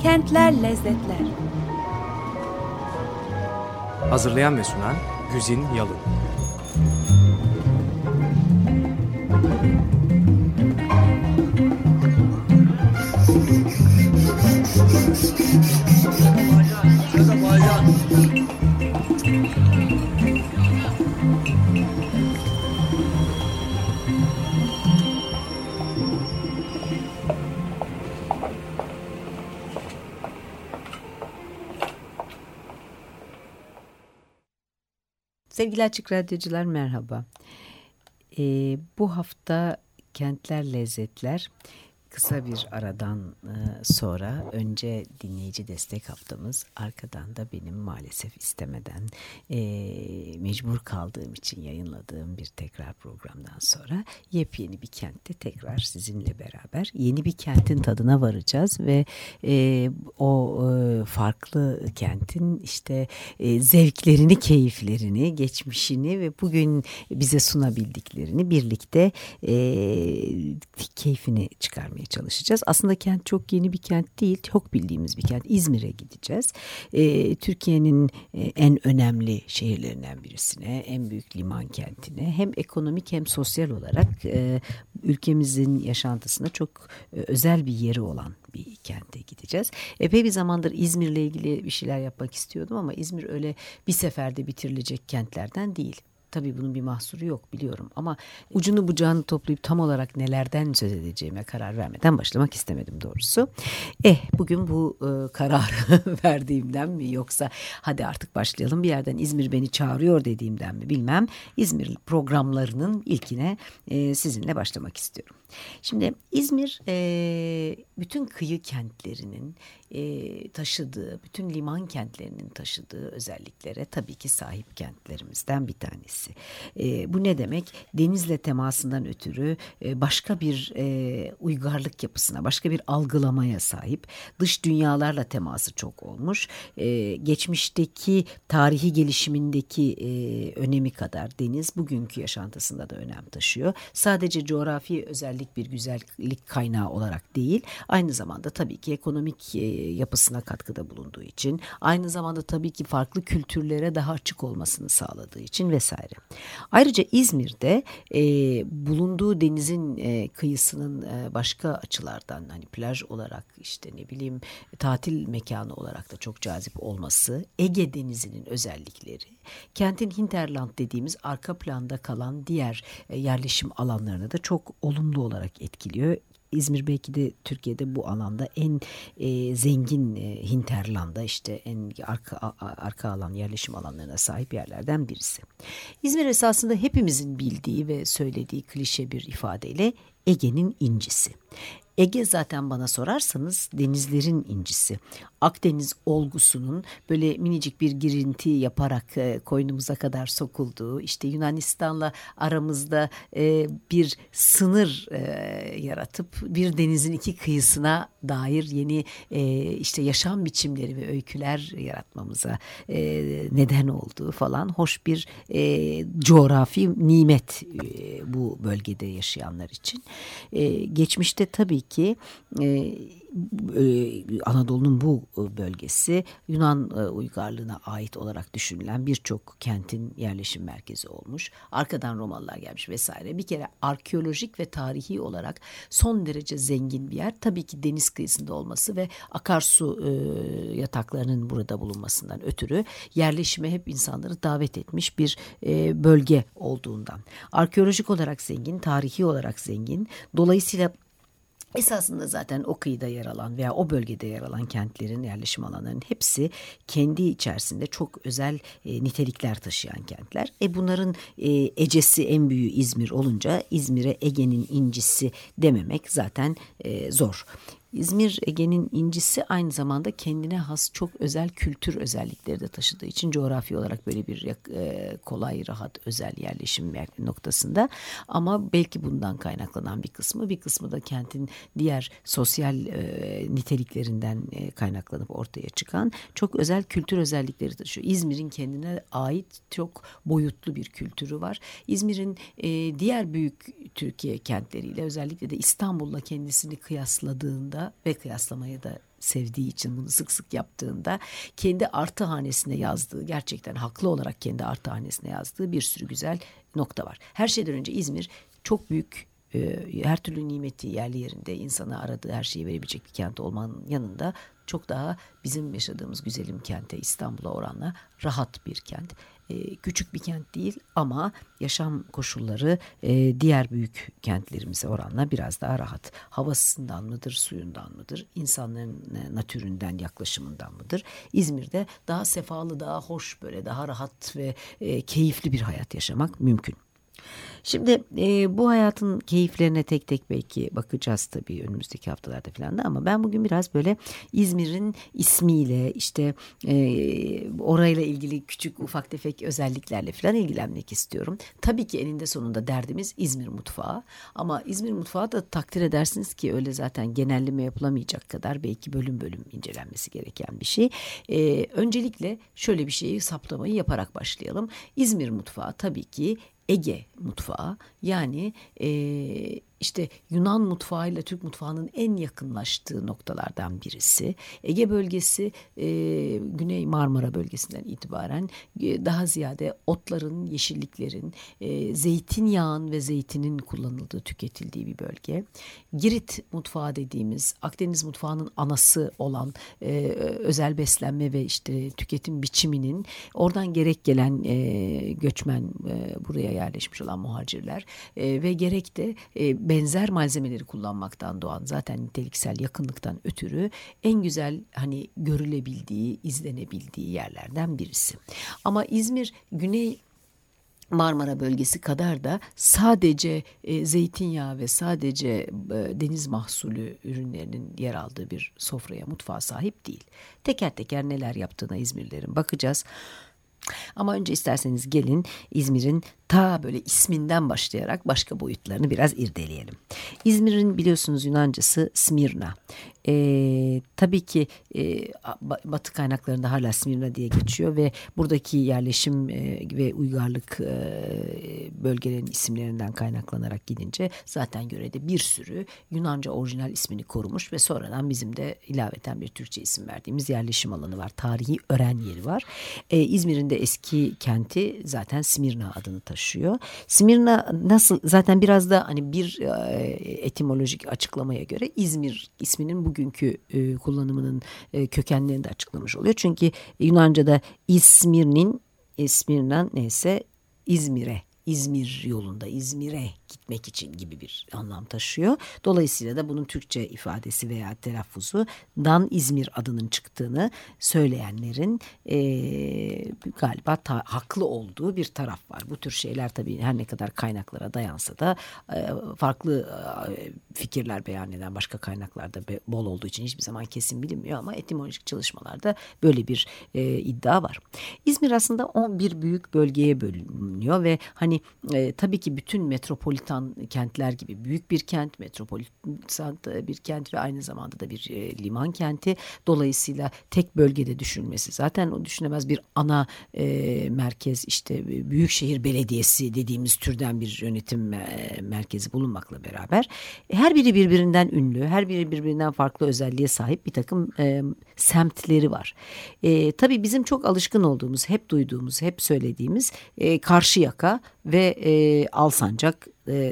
Kentler Lezzetler. Hazırlayan ve sunan Güzin Yalın. Sevgili Açık Radyocular merhaba. Bu hafta Kentler Lezzetler kısa bir aradan sonra önce dinleyici destek haftamız, arkadan da benim maalesef istemeden mecbur kaldığım için yayınladığım bir tekrar programdan sonra yepyeni bir kentte tekrar sizinle beraber yeni bir kentin tadına varacağız ve o farklı kentin işte zevklerini, keyiflerini, geçmişini ve bugün bize sunabildiklerini birlikte keyfini çıkarmaya çalışacağız. Aslında kent çok yeni bir kent değil, çok bildiğimiz bir kent. İzmir'e gideceğiz. Türkiye'nin en önemli şehirlerinden birisine, en büyük liman kentine, hem ekonomik hem sosyal olarak ülkemizin yaşantısına çok özel bir yeri olan bir kente gideceğiz. Epey bir zamandır İzmir'le ilgili bir şeyler yapmak istiyordum ama İzmir öyle bir seferde bitirilecek kentlerden değil. Tabii bunun bir mahsuru yok biliyorum ama ucunu bucağını toplayıp tam olarak nelerden söz edeceğime karar vermeden başlamak istemedim doğrusu. Bugün bu kararı verdiğimden mi yoksa hadi artık başlayalım bir yerden İzmir beni çağırıyor dediğimden mi bilmem. İzmir programlarının ilkine sizinle başlamak istiyorum. Şimdi İzmir bütün kıyı kentlerinin taşıdığı, bütün liman kentlerinin taşıdığı özelliklere tabii ki sahip kentlerimizden bir tanesi. Bu ne demek? Denizle temasından ötürü başka bir uygarlık yapısına, başka bir algılamaya sahip. Dış dünyalarla teması çok olmuş. Geçmişteki tarihi gelişimindeki önemi kadar deniz bugünkü yaşantısında da önem taşıyor. Sadece coğrafi özellik bir güzellik kaynağı olarak değil, aynı zamanda tabii ki ekonomik yapısına katkıda bulunduğu için, aynı zamanda tabii ki farklı kültürlere daha açık olmasını sağladığı için vesaire. Ayrıca İzmir'de bulunduğu denizin kıyısının başka açılardan hani plaj olarak işte ne bileyim tatil mekanı olarak da çok cazip olması, Ege Denizi'nin özellikleri, kentin hinterland dediğimiz arka planda kalan diğer yerleşim alanlarını da çok olumlu olarak etkiliyor. İzmir belki de Türkiye'de bu alanda en zengin hinterlanda işte en arka alan yerleşim alanlarına sahip yerlerden birisi. İzmir esasında hepimizin bildiği ve söylediği klişe bir ifadeyle Ege'nin incisi. Ege zaten bana sorarsanız denizlerin incisi. Akdeniz olgusunun böyle minicik bir girinti yaparak koynumuza kadar sokulduğu, işte Yunanistan'la aramızda bir sınır yaratıp bir denizin iki kıyısına dair yeni işte yaşam biçimleri ve öyküler yaratmamıza neden olduğu falan hoş bir coğrafi nimet bu bölgede yaşayanlar için. Geçmişte tabii ki Anadolu'nun bu bölgesi Yunan uygarlığına ait olarak düşünülen birçok kentin yerleşim merkezi olmuş. Arkadan Romalılar gelmiş vesaire. Bir kere arkeolojik ve tarihi olarak son derece zengin bir yer. Tabii ki deniz kıyısında olması ve akarsu yataklarının burada bulunmasından ötürü yerleşime hep insanları davet etmiş bir bölge olduğundan. Arkeolojik olarak zengin, tarihi olarak zengin. Dolayısıyla esasında zaten o kıyıda yer alan veya o bölgede yer alan kentlerin, yerleşim alanlarının hepsi kendi içerisinde çok özel nitelikler taşıyan kentler. Bunların ecesi en büyüğü İzmir olunca İzmir'e Ege'nin incisi dememek zaten zor. İzmir Ege'nin incisi aynı zamanda kendine has çok özel kültür özellikleri de taşıdığı için coğrafi olarak böyle bir kolay, rahat, özel yerleşim noktasında. Ama belki bundan kaynaklanan bir kısmı da kentin diğer sosyal niteliklerinden kaynaklanıp ortaya çıkan çok özel kültür özellikleri taşıyor. İzmir'in kendine ait çok boyutlu bir kültürü var. İzmir'in diğer büyük Türkiye kentleriyle özellikle de İstanbul'la kendisini kıyasladığında ve kıyaslamaya da sevdiği için bunu sık sık yaptığında kendi artı hanesine yazdığı, gerçekten haklı olarak kendi artı hanesine yazdığı bir sürü güzel nokta var. Her şeyden önce İzmir çok büyük, her türlü nimeti yerli yerinde, insana aradığı her şeyi verebilecek bir kent olmanın yanında çok daha bizim yaşadığımız güzelim kente, İstanbul'a oranla rahat bir kent. Küçük bir kent değil ama yaşam koşulları diğer büyük kentlerimize oranla biraz daha rahat. Havasından mıdır, suyundan mıdır, insanların natüründen, yaklaşımından mıdır? İzmir'de daha sefalı, daha hoş, böyle daha rahat ve keyifli bir hayat yaşamak mümkün. Şimdi bu hayatın keyiflerine tek tek belki bakacağız tabii önümüzdeki haftalarda falan da, ama ben bugün biraz böyle İzmir'in ismiyle, işte orayla ilgili küçük ufak tefek özelliklerle falan ilgilenmek istiyorum. Tabii ki eninde sonunda derdimiz İzmir mutfağı, ama İzmir mutfağı da takdir edersiniz ki öyle zaten genelleme yapılamayacak kadar belki bölüm bölüm incelenmesi gereken bir şey. Öncelikle şöyle bir şeyi saptamayı yaparak başlayalım. İzmir mutfağı tabii ki Ege mutfağı, yani işte Yunan mutfağıyla Türk mutfağının en yakınlaştığı noktalardan birisi. Ege bölgesi Güney Marmara bölgesinden itibaren daha ziyade otların, yeşilliklerin, zeytinyağın ve zeytinin kullanıldığı, tüketildiği bir bölge. Girit mutfağı dediğimiz Akdeniz mutfağının anası olan özel beslenme ve işte tüketim biçiminin oradan gerek gelen göçmen, buraya yerleşmiş olan muhacirler ve gerek de benzer malzemeleri kullanmaktan doğan zaten niteliksel yakınlıktan ötürü en güzel, hani görülebildiği, izlenebildiği yerlerden birisi. Ama İzmir Güney Marmara bölgesi kadar da sadece zeytinyağı ve sadece deniz mahsulü ürünlerinin yer aldığı bir sofraya, mutfağa sahip değil. Teker teker neler yaptığına İzmirlilerin bakacağız. Ama önce isterseniz gelin İzmir'in ta böyle isminden başlayarak başka boyutlarını biraz irdeleyelim. İzmir'in biliyorsunuz Yunancası Smirna. Tabii ki Batı kaynaklarında hala Smirna diye geçiyor ve buradaki yerleşim ve uygarlık bölgelerin isimlerinden kaynaklanarak gidince zaten yörede bir sürü Yunanca orijinal ismini korumuş ve sonradan bizim de ilaveten bir Türkçe isim verdiğimiz yerleşim alanı var. Tarihi öğren yeri var. İzmir'in de eski kenti zaten Smirna adını taşıyor. Smirna nasıl, zaten biraz da hani bir etimolojik açıklamaya göre İzmir isminin bugünkü kullanımının kökenlerini de açıklamış oluyor. Çünkü Yunanca'da İsmirnan neyse İzmir yolunda, İzmir'e gitmek için gibi bir anlam taşıyor. Dolayısıyla da bunun Türkçe ifadesi veya telaffuzundan İzmir adının çıktığını söyleyenlerin galiba haklı olduğu bir taraf var. Bu tür şeyler tabii her ne kadar kaynaklara dayansa da farklı fikirler beyan eden başka kaynaklarda bol olduğu için hiçbir zaman kesin bilinmiyor, ama etimolojik çalışmalarda böyle bir iddia var. İzmir aslında 11 büyük bölgeye bölünüyor ve hani tabii ki bütün metropolitan kentler gibi büyük bir kent, metropolitan bir kent ve aynı zamanda da bir liman kenti. Dolayısıyla tek bölgede düşünülmesi, zaten o düşünemez bir ana merkez, işte büyükşehir belediyesi dediğimiz türden bir yönetim merkezi bulunmakla beraber her biri birbirinden ünlü, her biri birbirinden farklı özelliğe sahip bir takım semtleri var. Tabii bizim çok alışkın olduğumuz, hep duyduğumuz, hep söylediğimiz Karşıyaka ve Alsancak,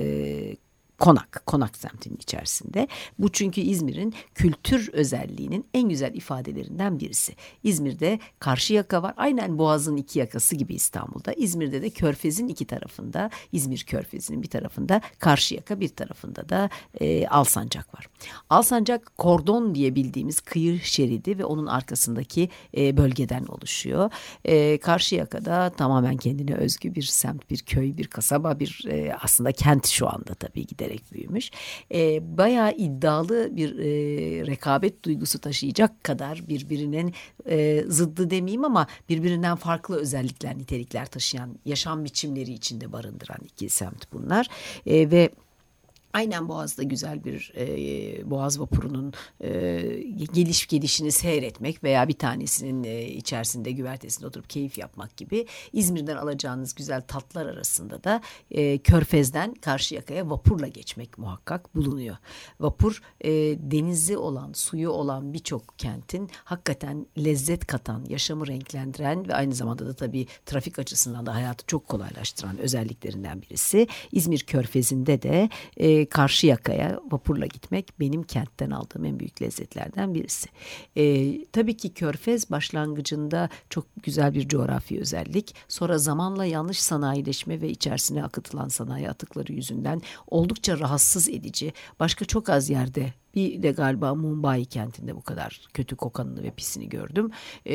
Konak semtinin içerisinde. Bu çünkü İzmir'in kültür özelliğinin en güzel ifadelerinden birisi. İzmir'de Karşıyaka var. Aynen Boğaz'ın iki yakası gibi İstanbul'da. İzmir'de de Körfez'in iki tarafında, İzmir Körfezi'nin bir tarafında Karşıyaka, bir tarafında da Alsancak var. Alsancak kordon diye bildiğimiz kıyı şeridi ve onun arkasındaki bölgeden oluşuyor. Karşıyaka'da tamamen kendine özgü bir semt, bir köy, bir kasaba, bir aslında kent şu anda tabii giderek büyümüş. Bayağı iddialı bir rekabet duygusu taşıyacak kadar birbirinin zıddı demeyeyim ama birbirinden farklı özellikler, nitelikler taşıyan, yaşam biçimleri içinde barındıran iki semt bunlar. Ve Aynen Boğaz'da güzel bir Boğaz vapurunun geliş gelişini seyretmek veya bir tanesinin içerisinde güvertesinde oturup keyif yapmak gibi. İzmir'den alacağınız güzel tatlar arasında da Körfez'den Karşıyaka'ya vapurla geçmek muhakkak bulunuyor. Vapur denizi olan, suyu olan birçok kentin hakikaten lezzet katan, yaşamı renklendiren ve aynı zamanda da tabii trafik açısından da hayatı çok kolaylaştıran özelliklerinden birisi. İzmir Körfezi'nde de Karşıyaka'ya vapurla gitmek benim kentten aldığım en büyük lezzetlerden birisi. Tabii ki Körfez başlangıcında çok güzel bir coğrafi özellik. Sonra zamanla yanlış sanayileşme ve içerisine akıtılan sanayi atıkları yüzünden oldukça rahatsız edici. Başka çok az yerde, bir de galiba Mumbai kentinde bu kadar kötü kokanını ve pisini gördüm.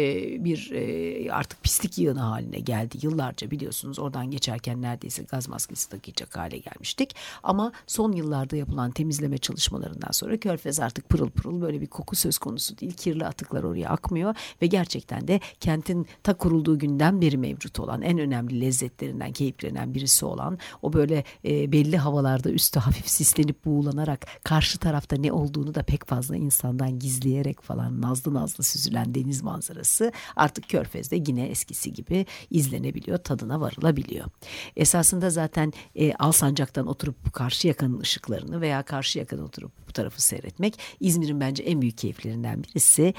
Artık pislik yığını haline geldi. Yıllarca biliyorsunuz oradan geçerken neredeyse gaz maskesi takacak hale gelmiştik. Ama son yıllarda yapılan temizleme çalışmalarından sonra Körfez artık pırıl pırıl, böyle bir koku söz konusu değil. Kirli atıklar oraya akmıyor ve gerçekten de kentin ta kurulduğu günden beri mevcut olan en önemli lezzetlerinden, keyiflerinden birisi olan o böyle belli havalarda üstü hafif sislenip buğulanarak karşı tarafta ne olduğunu da pek fazla insandan gizleyerek falan nazlı nazlı süzülen deniz manzarası artık Körfez'de yine eskisi gibi izlenebiliyor, tadına varılabiliyor. Esasında zaten Alsancak'tan oturup Karşıyaka'nın ışıklarını veya Karşıyaka'dan oturup bu tarafı seyretmek İzmir'in bence en büyük keyiflerinden birisi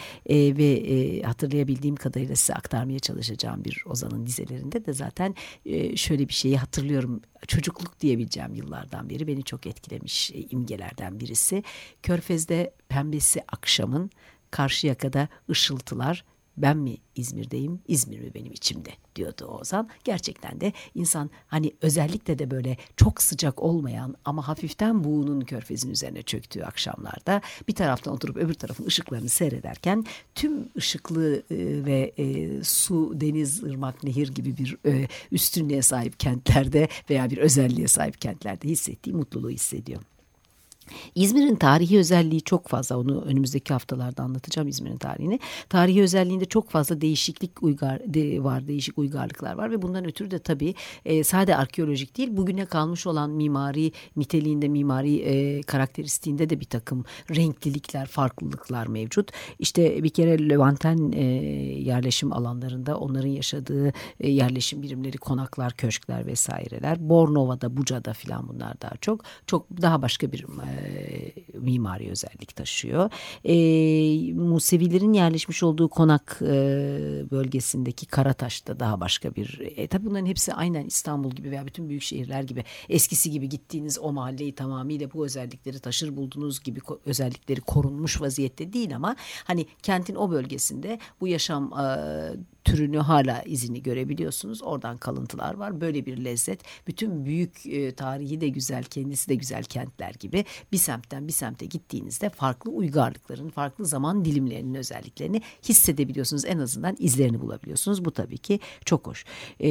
ve hatırlayabildiğim kadarıyla size aktarmaya çalışacağım bir Ozan'ın dizelerinde de zaten şöyle bir şeyi hatırlıyorum. Çocukluk diyebileceğim yıllardan beri beni çok etkilemiş imgelerden birisi. Körfez'de pembesi akşamın, Karşıyaka'da ışıltılar, ben mi İzmir'deyim, İzmir mi benim içimde diyordu Ozan. Gerçekten de insan hani özellikle de böyle çok sıcak olmayan ama hafiften buğunun Körfez'in üzerine çöktüğü akşamlarda bir taraftan oturup öbür tarafın ışıklarını seyrederken tüm ışıklı ve su, deniz, ırmak, nehir gibi bir üstünlüğe sahip kentlerde veya bir özelliğe sahip kentlerde hissettiği mutluluğu hissediyor. İzmir'in tarihi özelliği çok fazla. Onu önümüzdeki haftalarda anlatacağım, İzmir'in tarihini. Tarihi özelliğinde çok fazla değişiklik var, değişik uygarlıklar var ve bundan ötürü de tabii sadece arkeolojik değil, bugüne kalmış olan mimari niteliğinde, mimari karakteristiğinde de bir takım renklilikler, farklılıklar mevcut. İşte bir kere Levanten yerleşim alanlarında onların yaşadığı yerleşim birimleri, konaklar, köşkler vesaireler. Bornova'da, Buca'da filan bunlar daha çok daha başka bir mimari özellik taşıyor. Musevilerin yerleşmiş olduğu konak bölgesindeki Karataş'ta daha başka bir. Tabii bunların hepsi aynen İstanbul gibi veya bütün büyük şehirler gibi eskisi gibi gittiğiniz o mahalleyi tamamıyla bu özellikleri taşır bulduğunuz gibi özellikleri korunmuş vaziyette değil ama hani kentin o bölgesinde bu yaşam türünü hala izini görebiliyorsunuz. Oradan kalıntılar var. Böyle bir lezzet. Bütün büyük tarihi de güzel, kendisi de güzel kentler gibi bir semtten bir semte gittiğinizde farklı uygarlıkların, farklı zaman dilimlerinin özelliklerini hissedebiliyorsunuz. En azından izlerini bulabiliyorsunuz. Bu tabii ki çok hoş.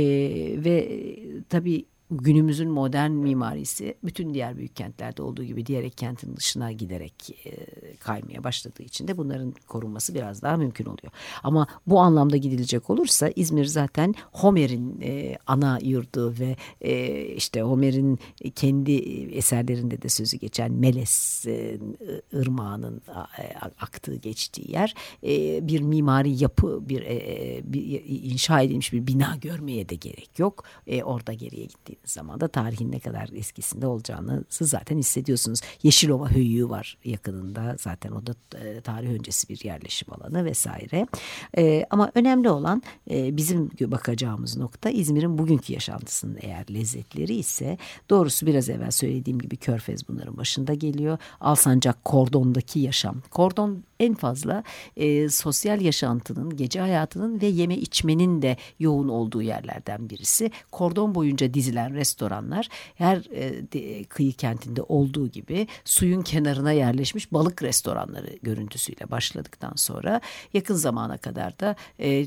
Ve tabii günümüzün modern mimarisi bütün diğer büyük kentlerde olduğu gibi diyerek kentin dışına giderek kaymaya başladığı için de bunların korunması biraz daha mümkün oluyor. Ama bu anlamda gidilecek olursa İzmir zaten Homer'in ana yurdu ve işte Homer'in kendi eserlerinde de sözü geçen Meles ırmağının aktığı, geçtiği yer. Bir mimari yapı, bir inşa edilmiş bir bina görmeye de gerek yok. Orada geriye gittiğiniz zaman da tarihin ne kadar eskisinde olacağını siz zaten hissediyorsunuz. Yeşilova Höyüğü var yakınında, zaten o da tarih öncesi bir yerleşim alanı vesaire. Ama önemli olan bizim bakacağımız nokta İzmir'in bugünkü yaşantısının eğer lezzetleri ise doğrusu biraz evvel söylediğim gibi Körfez bunların başında geliyor. Alsancak kordondaki yaşam. Kordon en fazla sosyal yaşantının, gece hayatının ve yeme içmenin de yoğun olduğu yerlerden birisi. Kordon boyunca dizilen restoranlar her kıyı kentinde olduğu gibi suyun kenarına yerleşmiş balık restoranları görüntüsüyle başladıktan sonra yakın zamana kadar da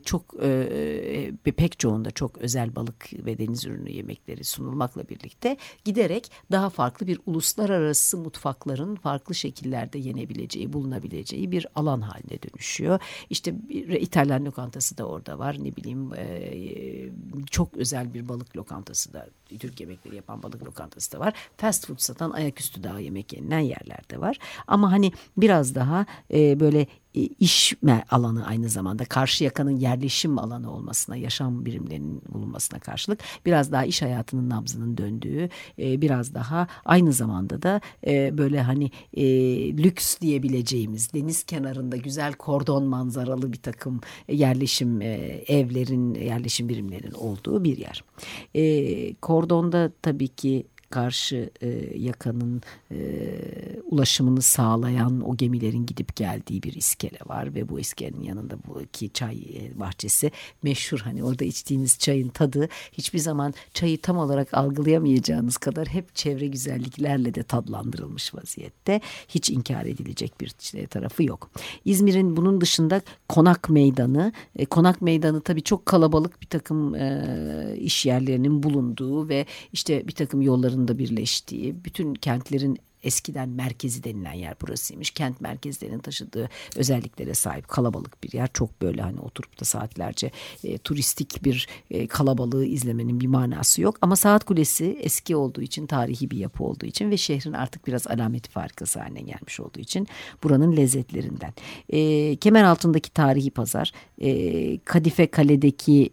pek çoğunda çok özel balık ve deniz ürünü yemekleri sunulmakla birlikte giderek daha farklı bir uluslararası mutfakların farklı şekillerde yenebileceği, bulunabileceği bir bir alan haline dönüşüyor. İşte bir İtalyan lokantası da orada var. Ne bileyim çok özel bir balık lokantası da, Türk yemekleri yapan balık lokantası da var. Fast food satan, ayaküstü daha yemek yenilen yerler de var. Ama hani biraz daha böyle işme alanı, aynı zamanda Karşıyaka'nın yerleşim alanı olmasına, yaşam birimlerinin bulunmasına karşılık biraz daha iş hayatının nabzının döndüğü, biraz daha aynı zamanda da böyle hani lüks diyebileceğimiz, deniz kenarında güzel kordon manzaralı bir takım yerleşim evlerin, yerleşim birimlerinin olduğu bir yer. Kordonda tabii ki karşı yakanın ulaşımını sağlayan o gemilerin gidip geldiği bir iskele var ve bu iskelenin yanında bu ki çay bahçesi meşhur. Hani orada içtiğiniz çayın tadı hiçbir zaman çayı tam olarak algılayamayacağınız kadar hep çevre güzelliklerle de tadlandırılmış vaziyette. Hiç inkar edilecek bir tarafı yok. İzmir'in bunun dışında Konak Meydanı. Konak Meydanı tabii çok kalabalık bir takım iş yerlerinin bulunduğu ve işte bir takım yolların da birleştiği, bütün kentlerin eskiden merkezi denilen yer burasıymış. Kent merkezlerinin taşıdığı özelliklere sahip kalabalık bir yer. Çok böyle hani oturup da saatlerce turistik bir kalabalığı izlemenin bir manası yok. Ama Saat Kulesi eski olduğu için, tarihi bir yapı olduğu için ve şehrin artık biraz alameti farikası haline gelmiş olduğu için buranın lezzetlerinden. Kemeraltı'ndaki tarihi pazar, Kadife Kale'deki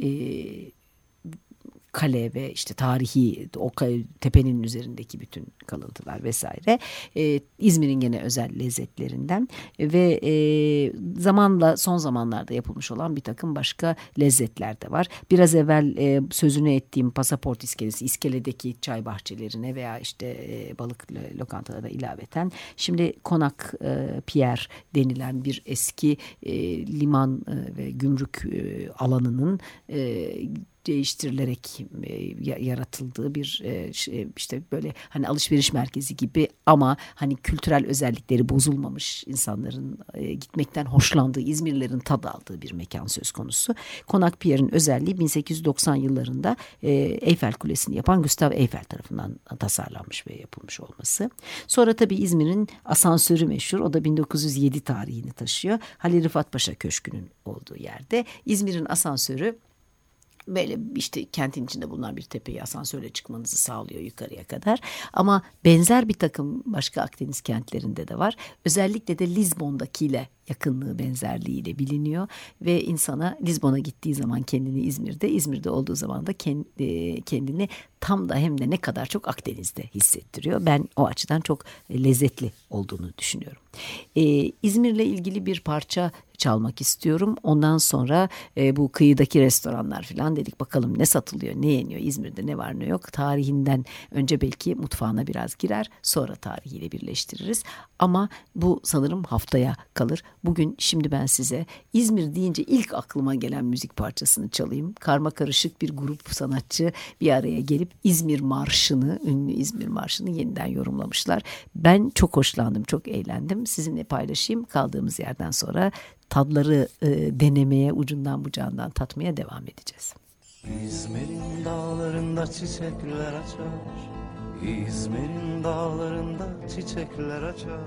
kale ve işte tarihi o tepenin üzerindeki bütün kalıntılar vesaire İzmir'in gene özel lezzetlerinden ve zamanla son zamanlarda yapılmış olan bir takım başka lezzetler de var. Biraz evvel sözünü ettiğim pasaport iskelesi, iskeledeki çay bahçelerine veya işte balık lokantalara ilaveten şimdi Konak Pierre denilen bir eski liman ve gümrük alanının değiştirilerek yaratıldığı bir işte böyle hani alışveriş merkezi gibi ama hani kültürel özellikleri bozulmamış, insanların gitmekten hoşlandığı, İzmirlilerin tad aldığı bir mekan söz konusu. Konak Pierre'in özelliği 1890 yıllarında Eyfel Kulesi'ni yapan Gustav Eiffel tarafından tasarlanmış ve yapılmış olması. Sonra tabii İzmir'in asansörü meşhur. O da 1907 tarihini taşıyor. Halil Rıfat Paşa Köşkü'nün olduğu yerde. İzmir'in asansörü böyle işte kentin içinde bulunan bir tepeyi asansörle çıkmanızı sağlıyor yukarıya kadar. Ama benzer bir takım başka Akdeniz kentlerinde de var. Özellikle de Lizbon'dakiyle yakınlığı, benzerliğiyle biliniyor ve insana Lizbon'a gittiği zaman kendini İzmir'de, İzmir'de olduğu zaman da kendini tam da hem de ne kadar çok Akdeniz'de hissettiriyor. Ben o açıdan çok lezzetli olduğunu düşünüyorum. İzmir'le ilgili bir parça çalmak istiyorum. Ondan sonra bu kıyıdaki restoranlar falan dedik, bakalım ne satılıyor, ne yeniyor, İzmir'de ne var ne yok. Tarihinden önce belki mutfağına biraz girer, sonra tarihiyle birleştiririz. Ama bu sanırım haftaya kalır. Bugün şimdi ben size İzmir deyince ilk aklıma gelen müzik parçasını çalayım. Karma karışık bir grup sanatçı bir araya gelip İzmir Marşı'nı, ünlü İzmir Marşı'nı yeniden yorumlamışlar. Ben çok hoşlandım, çok eğlendim. Sizinle paylaşayım. Kaldığımız yerden sonra tadları denemeye, ucundan bucağından tatmaya devam edeceğiz. İzmir'in dağlarında çiçekler açar, İzmir'in dağlarında çiçekler açar.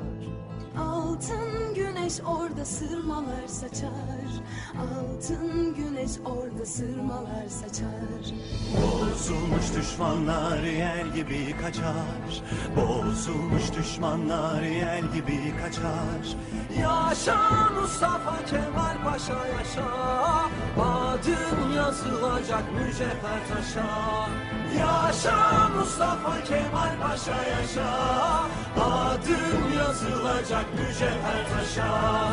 Altın güneş orada sırmalar saçar, altın güneş orada sırmalar saçar. Bozulmuş düşmanlar yer gibi kaçar, bozulmuş düşmanlar yer gibi kaçar. Yaşa Mustafa Kemal Paşa yaşa, adın yazılacak mücevher taşa. Yaşa Mustafa Kemal Paşa yaşa, adın yazılacak mücevher taşa.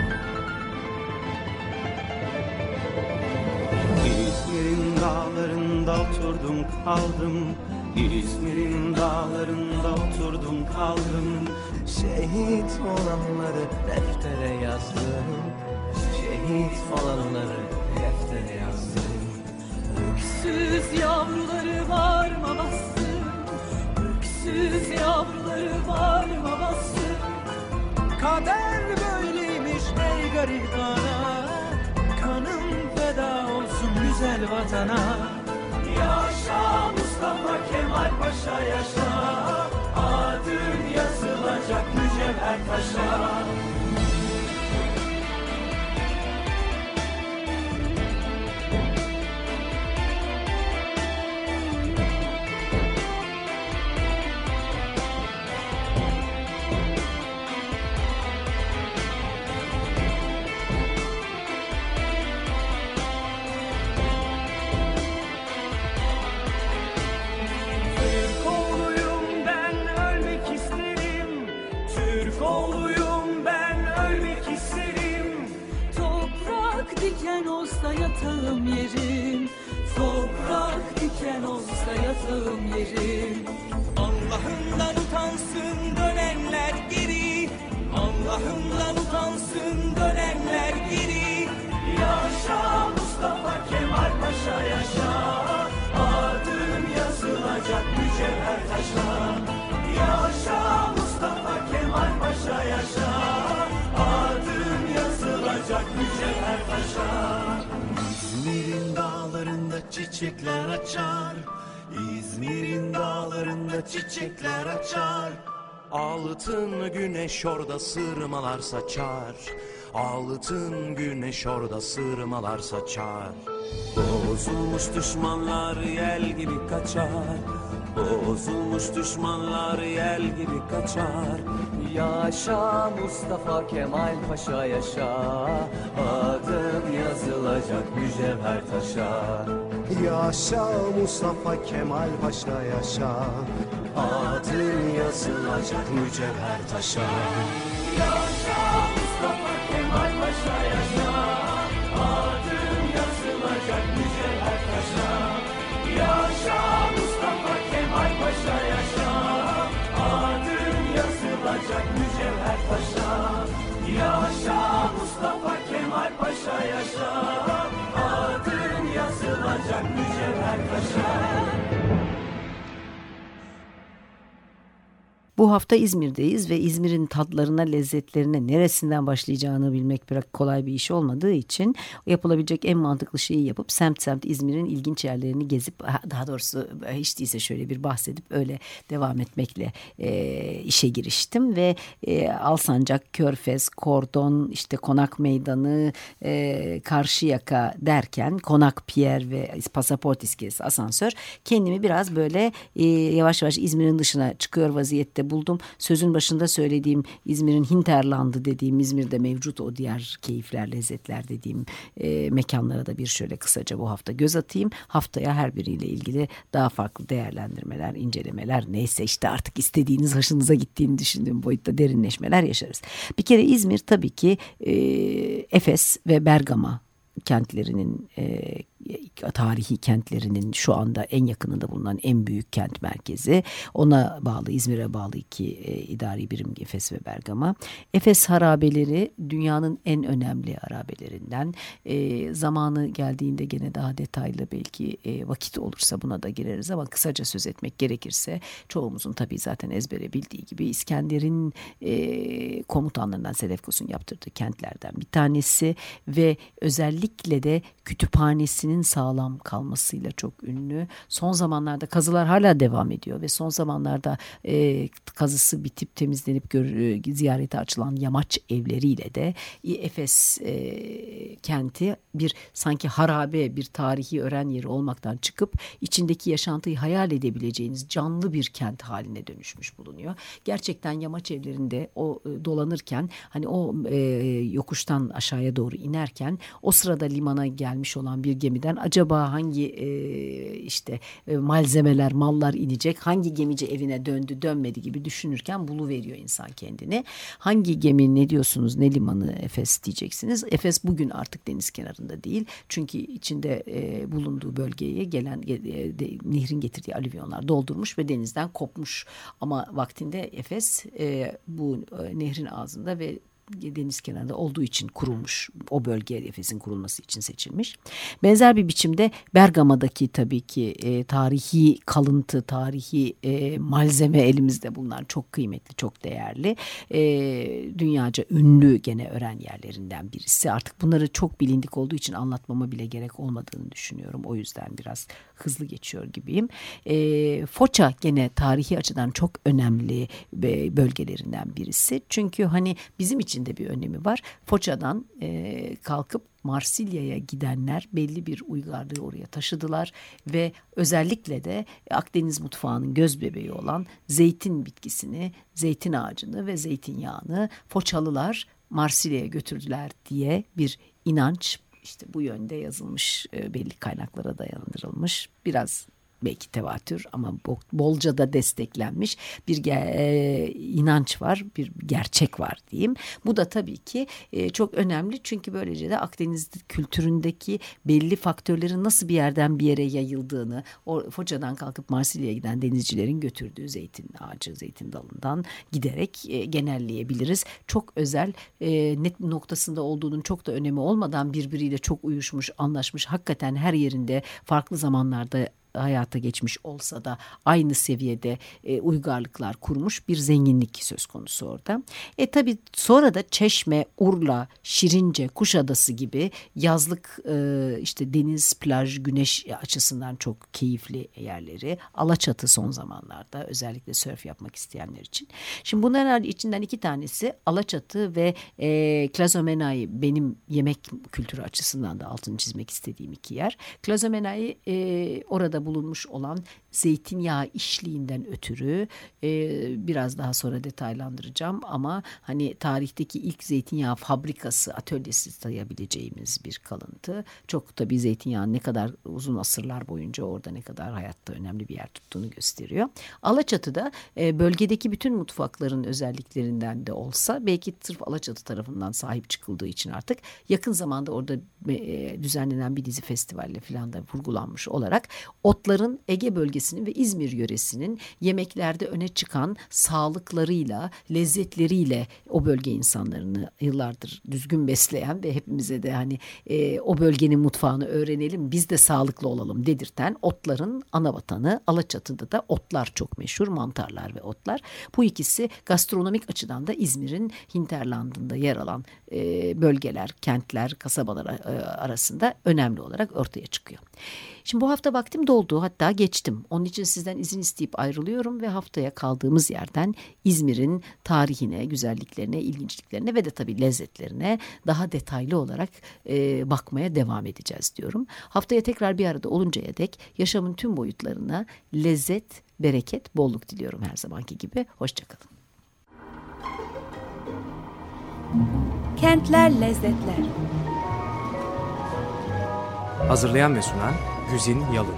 İzmir'in dağlarında oturdum kaldım, İzmir'in dağlarında oturdum kaldım. Şehit olanları deftere yazdım, şehit olanları deftere yazdım. Öksüz yavruları bağrıma bastım, öksüz yavruları bağrıma bastım. Kader böyleymiş ey garip ana, kanım feda olsun güzel vatana. Yaşa Mustafa Kemal Paşa yaşa, adın yazılacak mücevher taşa. olsa yatağım yerim, toprak diken olsa yatağım yerim. Allah'ından utansın dönenler geri, Allah'ından utansın dönenler geri. Yaşa Mustafa Kemal Paşa yaşa, adım yazılacak mücevher taşa. Yaşa Mustafa Kemal Paşa yaşa, adım yazılacak mücevher taşa. İzmir'in dağlarında çiçekler açar, İzmir'in dağlarında çiçekler açar. Altın güneş orada sırmalar saçar, altın güneş orada sırmalar saçar. Bozulmuş düşmanlar yel gibi kaçar, bozulmuş düşmanlar yel gibi kaçar. Yaşa Mustafa Kemal Paşa yaşa, adım yazılacak mücevher taşa. Yaşa Mustafa Kemal Paşa yaşa, Adın yazılacak mücevher taşa. Yaşa Mustafa Kemal Paşa yaşa, adım yazılacak mücevher taşa. Yaşa Mustafa Kemal Paşa yaşa, adım yazılacak mücevher taşa. Yaşa Mustafa Kemal Paşa yaşa, adım yazılacak mücevher taşa. Bu hafta İzmir'deyiz ve İzmir'in tatlarına, lezzetlerine neresinden başlayacağını bilmek pek kolay bir iş olmadığı için yapılabilecek en mantıklı şeyi yapıp semt semt İzmir'in ilginç yerlerini gezip, daha doğrusu hiç değilse şöyle bir bahsedip öyle devam etmekle işe giriştim ve Alsancak, Körfez, Kordon, işte Konak Meydanı, Karşıyaka derken Konak Pier ve Pasaport İskelesi, asansör, kendimi biraz böyle yavaş yavaş İzmir'in dışına çıkıyor vaziyette buldum. Sözün başında söylediğim İzmir'in hinterlandı dediğim, İzmir'de mevcut o diğer keyifler, lezzetler dediğim mekanlara da bir şöyle kısaca bu hafta göz atayım. Haftaya her biriyle ilgili daha farklı değerlendirmeler, incelemeler, neyse işte artık istediğiniz, hoşunuza gittiğini düşündüğüm boyutta derinleşmeler yaşarız. Bir kere İzmir tabii ki Efes ve Bergama kentlerinin, tarihi kentlerinin şu anda en yakınında bulunan en büyük kent merkezi. Ona bağlı, İzmir'e bağlı iki idari birim Efes ve Bergama. Efes harabeleri dünyanın en önemli harabelerinden. Zamanı geldiğinde gene daha detaylı belki vakit olursa buna da gireriz ama kısaca söz etmek gerekirse çoğumuzun tabii zaten ezbere bildiği gibi İskender'in komutanlarından Seleukos'un yaptırdığı kentlerden bir tanesi ve özellikle de kütüphanesinin sağlam kalmasıyla çok ünlü. Son zamanlarda kazılar hala devam ediyor ve son zamanlarda kazısı bitip temizlenip ziyarete açılan yamaç evleriyle de Efes kenti bir sanki harabe, bir tarihi öğren yeri olmaktan çıkıp içindeki yaşantıyı hayal edebileceğiniz canlı bir kent haline dönüşmüş bulunuyor. Gerçekten yamaç evlerinde o dolanırken, hani o yokuştan aşağıya doğru inerken o sırada limana gelmiş olan bir gemiden acaba hangi malzemeler, mallar inecek, hangi gemici evine döndü, dönmedi gibi düşünürken buluveriyor insan kendini. Hangi gemi, ne diyorsunuz, ne limanı Efes diyeceksiniz. Efes bugün artık deniz kenarında değil. Çünkü içinde bulunduğu bölgeye gelen nehrin getirdiği alüvyonlar doldurmuş ve denizden kopmuş. Ama vaktinde Efes bu nehrin ağzında ve deniz kenarında olduğu için kurulmuş, o bölge Efes'in kurulması için seçilmiş. Benzer bir biçimde Bergama'daki tabii ki tarihi kalıntı, tarihi malzeme elimizde bulunan çok kıymetli, çok değerli, dünyaca ünlü gene öğren yerlerinden birisi. Artık bunları çok bilindik olduğu için anlatmama bile gerek olmadığını düşünüyorum. O yüzden biraz hızlı geçiyor gibiyim. Foça gene tarihi açıdan çok önemli bölgelerinden birisi. Çünkü hani bizim için de bir önemi var. Foça'dan kalkıp Marsilya'ya gidenler belli bir uygarlığı oraya taşıdılar ve özellikle de Akdeniz mutfağının gözbebeği olan zeytin bitkisini, zeytin ağacını ve zeytinyağını Foçalılar Marsilya'ya götürdüler diye bir inanç işte bu yönde yazılmış, belli kaynaklara dayandırılmış. Biraz belki tevatür ama bolca da desteklenmiş bir inanç var, bir gerçek var diyeyim. Bu da tabii ki çok önemli çünkü böylece de Akdeniz kültüründeki belli faktörlerin nasıl bir yerden bir yere yayıldığını, Foça'dan kalkıp Marsilya'ya giden denizcilerin götürdüğü zeytin ağacı, zeytin dalından giderek genelleyebiliriz. Çok özel, net noktasında olduğunun çok da önemi olmadan birbiriyle çok uyuşmuş, anlaşmış, hakikaten her yerinde farklı zamanlarda hayata geçmiş olsa da aynı seviyede uygarlıklar kurmuş bir zenginlik söz konusu orada. Tabii sonra da Çeşme, Urla, Şirince, Kuşadası gibi yazlık işte deniz, plaj, güneş açısından çok keyifli yerleri. Alaçatı son zamanlarda özellikle sörf yapmak isteyenler için. Şimdi bunların içinden 2 tanesi Alaçatı ve Klazomenai, benim yemek kültürü açısından da altını çizmek istediğim 2 yer. Klazomenai orada bulunmuş olan zeytinyağı işliğinden ötürü biraz daha sonra detaylandıracağım ama hani tarihteki ilk zeytinyağı fabrikası, atölyesi sayabileceğimiz bir kalıntı. Çok tabii zeytinyağının ne kadar uzun asırlar boyunca orada ne kadar hayatta önemli bir yer tuttuğunu gösteriyor. Alaçatı'da bölgedeki bütün mutfakların özelliklerinden de olsa belki sırf Alaçatı tarafından sahip çıkıldığı için artık yakın zamanda orada düzenlenen bir dizi festivalle falan da vurgulanmış olarak otların Ege bölgesinin ve İzmir yöresinin yemeklerde öne çıkan sağlıklarıyla, lezzetleriyle o bölge insanlarını yıllardır düzgün besleyen ve hepimize de hani o bölgenin mutfağını öğrenelim, biz de sağlıklı olalım dedirten otların ana vatanı. Alaçatı'da da otlar çok meşhur, mantarlar ve otlar. Bu ikisi gastronomik açıdan da İzmir'in hinterlandında yer alan bölgeler, kentler, kasabalar arasında önemli olarak ortaya çıkıyor. Şimdi bu hafta vaktim doldu, hatta geçtim. Onun için sizden izin isteyip ayrılıyorum ve haftaya kaldığımız yerden İzmir'in tarihine, güzelliklerine, ilginçliklerine ve de tabii lezzetlerine daha detaylı olarak bakmaya devam edeceğiz diyorum. Haftaya tekrar bir arada oluncaya dek yaşamın tüm boyutlarına lezzet, bereket, bolluk diliyorum her zamanki gibi. Hoşçakalın. Kentler Lezzetler. Hazırlayan ve sunan Güzin Yalın.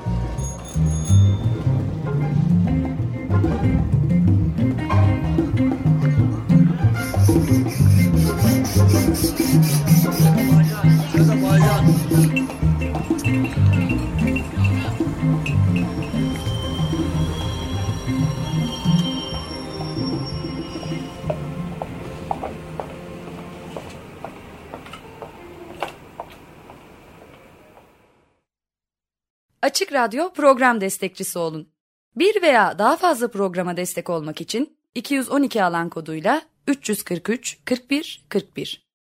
Açık Radyo program destekçisi olun. Bir veya daha fazla programa destek olmak için 212 alan koduyla 343 41 41